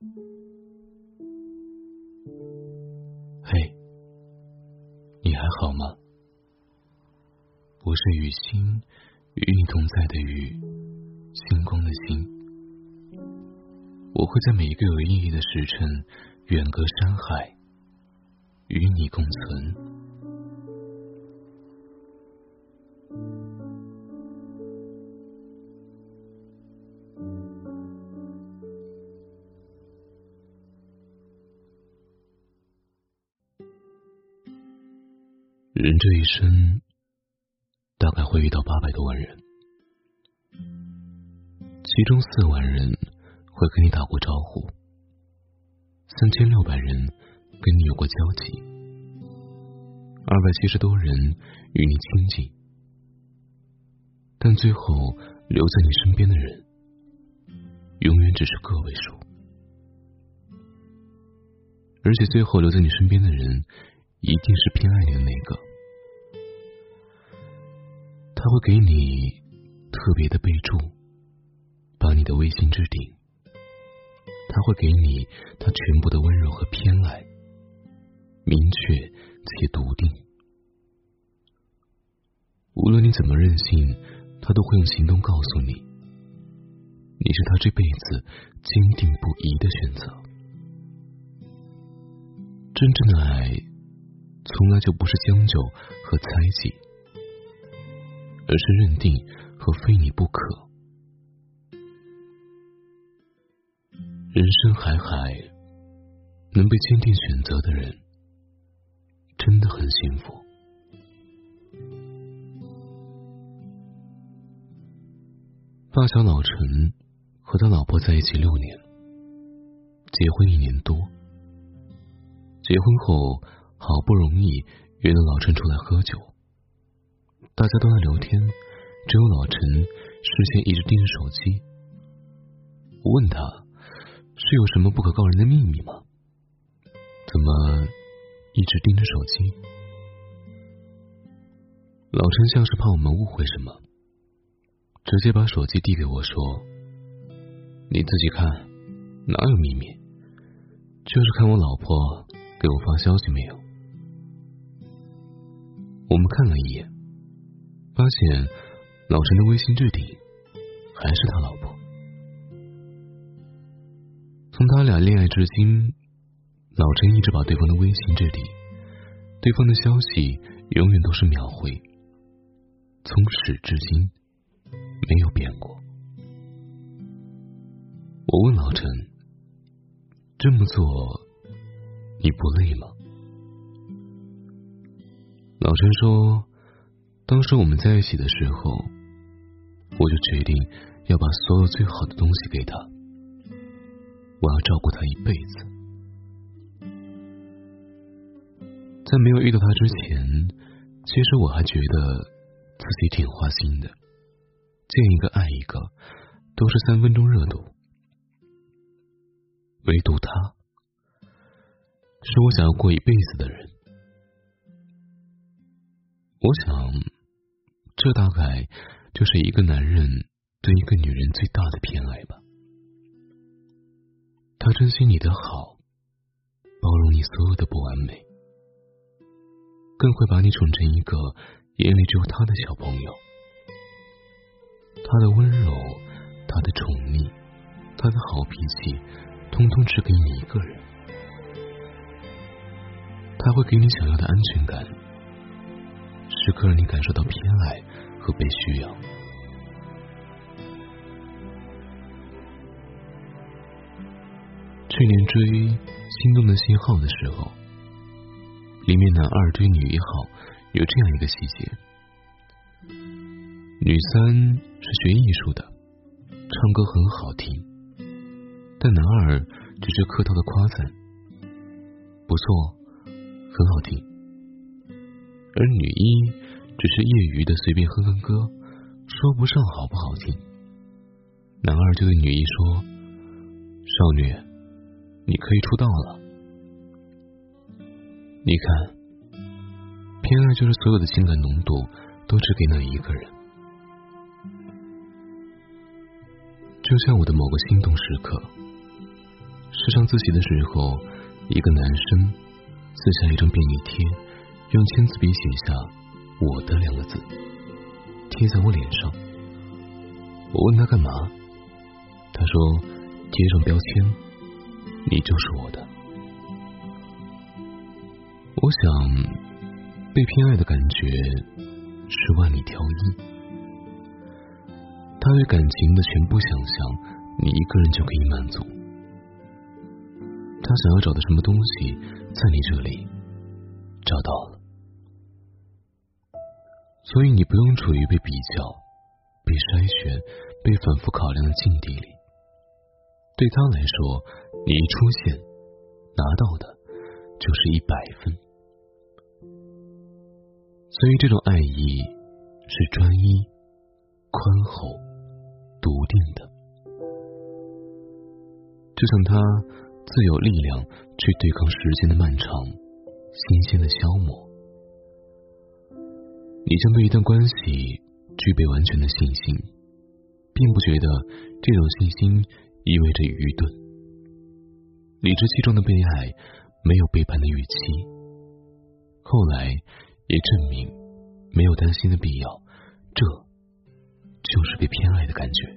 嘿，你还好吗？我是雨欣，与你同在的雨，星光的星。我会在每一个有意义的时辰，远隔山海，与你共存。人这一生大概会遇到800多万人，其中4万人会跟你打过招呼，3600人跟你有过交集，270多人与你亲近，但最后留在你身边的人永远只是个位数，而且最后留在你身边的人一定是偏爱你的那个。他会给你特别的备注，把你的微信置顶，他会给你他全部的温柔和偏爱，明确且笃定。无论你怎么任性，他都会用行动告诉你，你是他这辈子坚定不移的选择。真正的爱从来就不是将就和猜忌，而是认定和非你不可。人生海海，能被坚定选择的人真的很幸福。发小老陈和他老婆在一起6年，结婚1年多。结婚后好不容易约了老陈出来喝酒，大家都在聊天，只有老陈视线一直盯着手机。我问他是有什么不可告人的秘密吗？怎么一直盯着手机？老陈像是怕我们误会什么，直接把手机递给我说，你自己看，哪有秘密，就是看我老婆给我发消息没有。我们看了一眼，发现老陈的微信置顶还是他老婆。从他俩恋爱至今，老陈一直把对方的微信置顶，对方的消息永远都是秒回，从始至今没有变过。我问老陈，这么做你不累吗？老陈说，当时我们在一起的时候，我就决定要把所有最好的东西给他，我要照顾他一辈子。在没有遇到他之前，其实我还觉得自己挺花心的，见一个爱一个都是3分钟热度，唯独他是我想要过一辈子的人。我想这大概就是一个男人对一个女人最大的偏爱吧。他珍惜你的好，包容你所有的不完美，更会把你宠成一个眼里只有他的小朋友。他的温柔，他的宠溺，他的好脾气，通通只给你一个人。他会给你想要的安全感，时刻让你感受到偏爱和被需要。去年追《心动的信号》的时候，里面男2追女1号有这样一个细节，女3是学艺术的，唱歌很好听，但男2只是客套的夸赞，不错，很好听。而女1只是业余的随便哼哼歌，说不上好不好听。男2就对女1说，少女，你可以出道了。你看，偏爱就是所有的情感浓度都只给那一个人。就像我的某个心动时刻， 时常自习的时候，一个男生撕下一张便利贴，用签字笔写下我的2个字，贴在我脸上。我问他干嘛，他说贴上标签，你就是我的。我想被偏爱的感觉是万里挑一，他对感情的全部想象你一个人就可以满足，他想要找的什么东西在你这里找到了，所以你不用处于被比较、被筛选、被反复考量的境地里。对他来说，你一出现，拿到的就是100分。所以这种爱意是专一、宽厚、笃定的，就像他自有力量去对抗时间的漫长、新鲜的消磨。你将对一段关系具备完全的信心，并不觉得这种信心意味着愚钝，理直气壮的被爱，没有背叛的预期。后来也证明没有担心的必要，这就是被偏爱的感觉。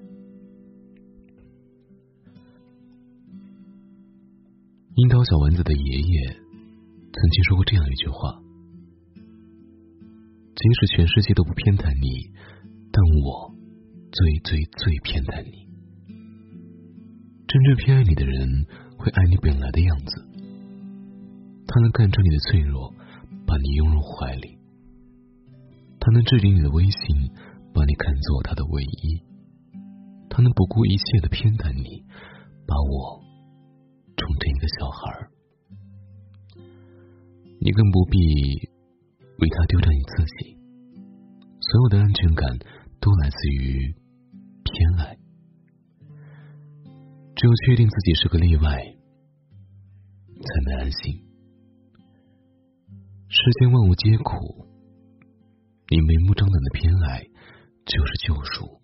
樱桃小丸子的爷爷曾经说过这样一句话：即使全世界都不偏袒你，但我最偏袒你。真正偏爱你的人会爱你本来的样子，他能看穿你的脆弱，把你拥入怀里，他能置顶你的微信，把你看作他的唯一，他能不顾一切的偏袒你，把我宠成一个小孩。你更不必为他丢掉你自己，所有的安全感都来自于偏爱。只有确定自己是个例外，才能安心。世间万物皆苦，你明目张胆的偏爱就是救赎。